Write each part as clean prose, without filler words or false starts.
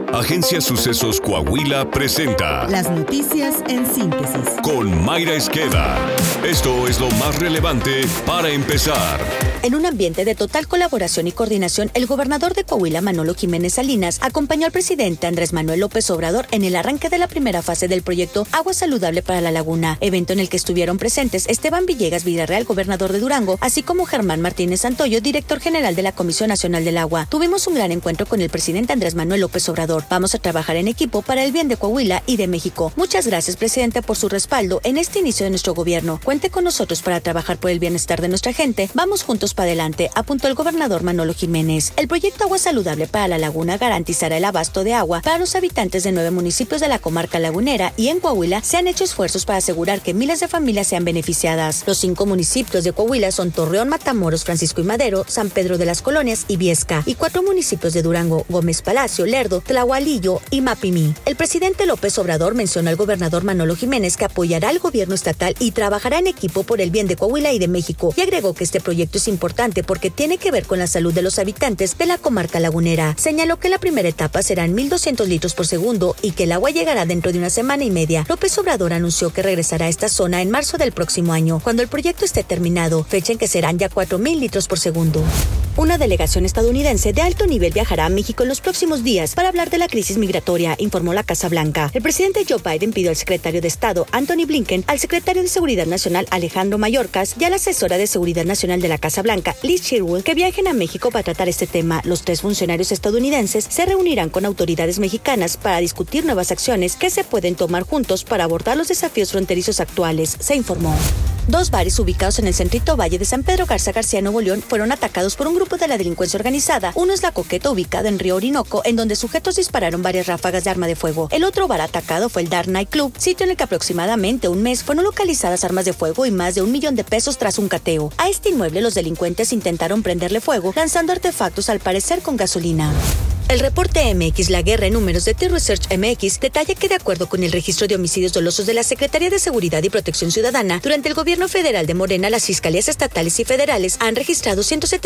Agencia Sucesos Coahuila presenta las noticias en síntesis con Mayra Esqueda. Esto es lo más relevante para empezar. En un ambiente de total colaboración y coordinación, el gobernador de Coahuila, Manolo Jiménez Salinas, acompañó al presidente Andrés Manuel López Obrador en el arranque de la primera fase del proyecto Agua Saludable para la Laguna, evento en el que estuvieron presentes Esteban Villegas Villarreal, gobernador de Durango, así como Germán Martínez Santoyo, director general de la Comisión Nacional del Agua. Tuvimos un gran encuentro con el presidente Andrés Manuel López Obrador. Vamos a trabajar en equipo para el bien de Coahuila y de México. Muchas gracias, presidente, por su respaldo en este inicio de nuestro gobierno. Cuente con nosotros para trabajar por el bienestar de nuestra gente. Vamos juntos para adelante, apuntó el gobernador Manolo Jiménez. El proyecto Agua Saludable para la Laguna garantizará el abasto de agua para los habitantes de 9 municipios de la comarca lagunera, y en Coahuila se han hecho esfuerzos para asegurar que miles de familias sean beneficiadas. Los 5 municipios de Coahuila son Torreón, Matamoros, Francisco y Madero, San Pedro de las Colonias y Viesca, y 4 municipios de Durango: Gómez Palacio, Lerdo, Tlahualillo y Mapimí. El presidente López Obrador mencionó al gobernador Manolo Jiménez que apoyará al gobierno estatal y trabajará en equipo por el bien de Coahuila y de México, y agregó que este proyecto es importante porque tiene que ver con la salud de los habitantes de la comarca lagunera. Señaló que la primera etapa serán 1,200 litros por segundo y que el agua llegará dentro de una semana y media. López Obrador anunció que regresará a esta zona en marzo del próximo año, cuando el proyecto esté terminado, fecha en que serán ya 4,000 litros por segundo. Una delegación estadounidense de alto nivel viajará a México en los próximos días para hablar de la crisis migratoria, informó la Casa Blanca. El presidente Joe Biden pidió al secretario de Estado, Antony Blinken, al secretario de Seguridad Nacional, Alejandro Mayorkas, y a la asesora de Seguridad Nacional de la Casa Blanca, Liz Sherwood, que viajen a México para tratar este tema. Los 3 funcionarios estadounidenses se reunirán con autoridades mexicanas para discutir nuevas acciones que se pueden tomar juntos para abordar los desafíos fronterizos actuales, se informó. 2 bares ubicados en el centrito Valle de San Pedro Garza, Nuevo León, fueron atacados por un grupo de la delincuencia organizada. Uno es La Coqueta, ubicado en Río Orinoco, en donde sujetos dispararon varias ráfagas de arma de fuego. El otro bar atacado fue el Dark Night Club, sitio en el que aproximadamente un mes fueron localizadas armas de fuego y más de $1 millón tras un cateo. A este inmueble los delincuentes intentaron prenderle fuego, lanzando artefactos al parecer con gasolina. El reporte MX, la guerra en números de T-Research MX, detalla que de acuerdo con el registro de homicidios dolosos de la Secretaría de Seguridad y Protección Ciudadana, durante el gobierno federal de Morena, las fiscalías estatales y federales han registrado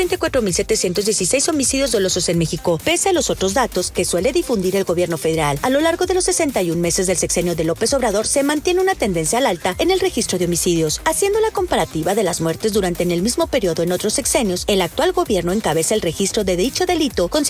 174,716 homicidios dolosos en México, pese a los otros datos que suele difundir el gobierno federal. A lo largo de los 61 meses del sexenio de López Obrador, se mantiene una tendencia al alta en el registro de homicidios. Haciendo la comparativa de las muertes durante el mismo periodo en otros sexenios, el actual gobierno encabeza el registro de dicho delito con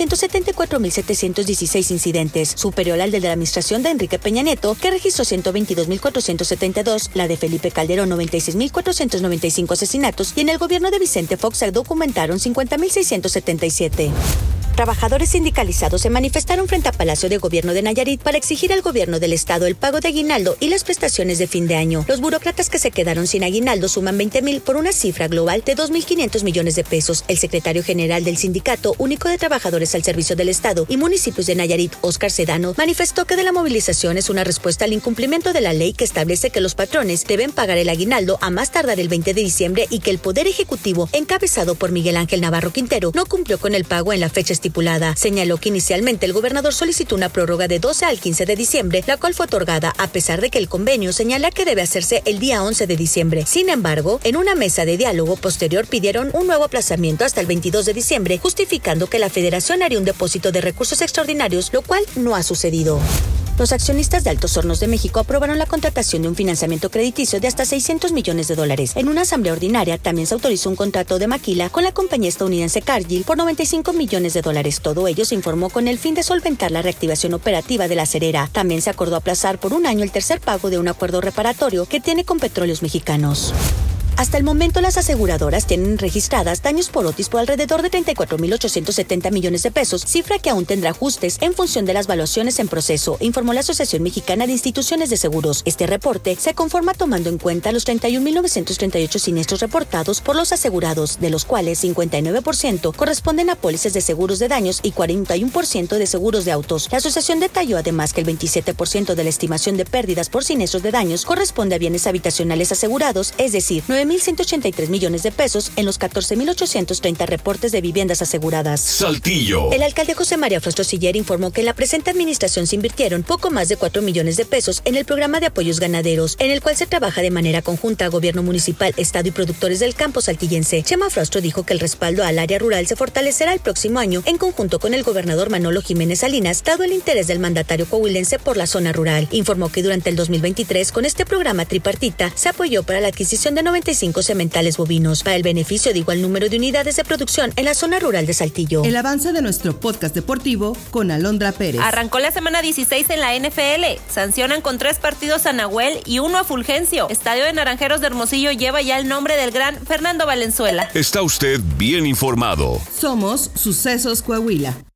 174,716 incidentes, superior al de la administración de Enrique Peña Nieto, que registró 122,472, la de Felipe Calderón 96,495 asesinatos, y en el gobierno de Vicente Fox se documentaron 50,677. Trabajadores sindicalizados se manifestaron frente a Palacio de Gobierno de Nayarit para exigir al gobierno del estado el pago de aguinaldo y las prestaciones de fin de año. Los burócratas que se quedaron sin aguinaldo suman 20,000 por una cifra global de 2,500 millones de pesos. El secretario general del Sindicato Único de Trabajadores al Servicio del Estado y Municipios de Nayarit, Óscar Sedano, manifestó que de la movilización es una respuesta al incumplimiento de la ley que establece que los patrones deben pagar el aguinaldo a más tardar el 20 de diciembre y que el Poder Ejecutivo, encabezado por Miguel Ángel Navarro Quintero, no cumplió con el pago en la fecha estipulada. Señaló que inicialmente el gobernador solicitó una prórroga de 12 al 15 de diciembre, la cual fue otorgada a pesar de que el convenio señala que debe hacerse el día 11 de diciembre. Sin embargo, en una mesa de diálogo posterior pidieron un nuevo aplazamiento hasta el 22 de diciembre, justificando que la federación haría un depósito de recursos extraordinarios, lo cual no ha sucedido. Los accionistas de Altos Hornos de México aprobaron la contratación de un financiamiento crediticio de hasta $600 millones. En una asamblea ordinaria también se autorizó un contrato de maquila con la compañía estadounidense Cargill por $95 millones. Todo ello se informó con el fin de solventar la reactivación operativa de la acerera. También se acordó aplazar por un año el tercer pago de un acuerdo reparatorio que tiene con Petróleos Mexicanos. Hasta el momento, las aseguradoras tienen registradas daños por Otis por alrededor de 34,870 millones de pesos, cifra que aún tendrá ajustes en función de las valuaciones en proceso, informó la Asociación Mexicana de Instituciones de Seguros. Este reporte se conforma tomando en cuenta los 31,938 siniestros reportados por los asegurados, de los cuales 59% corresponden a pólizas de seguros de daños y 41% de seguros de autos. La asociación detalló además que el 27% de la estimación de pérdidas por siniestros de daños corresponde a bienes habitacionales asegurados, es decir, 9 9.183 millones de pesos en los 14.830 reportes de viviendas aseguradas. Saltillo. El alcalde José María Frostro Siller informó que en la presente administración se invirtieron poco más de 4 millones de pesos en el programa de apoyos ganaderos, en el cual se trabaja de manera conjunta gobierno municipal, estado y productores del campo saltillense. Chema Frostro dijo que el respaldo al área rural se fortalecerá el próximo año en conjunto con el gobernador Manolo Jiménez Salinas, dado el interés del mandatario coahuilense por la zona rural. Informó que durante el 2023, con este programa tripartita, se apoyó para la adquisición de 95 sementales bovinos, para el beneficio de igual número de unidades de producción en la zona rural de Saltillo. El avance de nuestro podcast deportivo con Alondra Pérez. Arrancó la semana 16 en la NFL. Sancionan con 3 partidos a Nahuel y 1 a Fulgencio. Estadio de Naranjeros de Hermosillo lleva ya el nombre del gran Fernando Valenzuela. Está usted bien informado. Somos Sucesos Coahuila.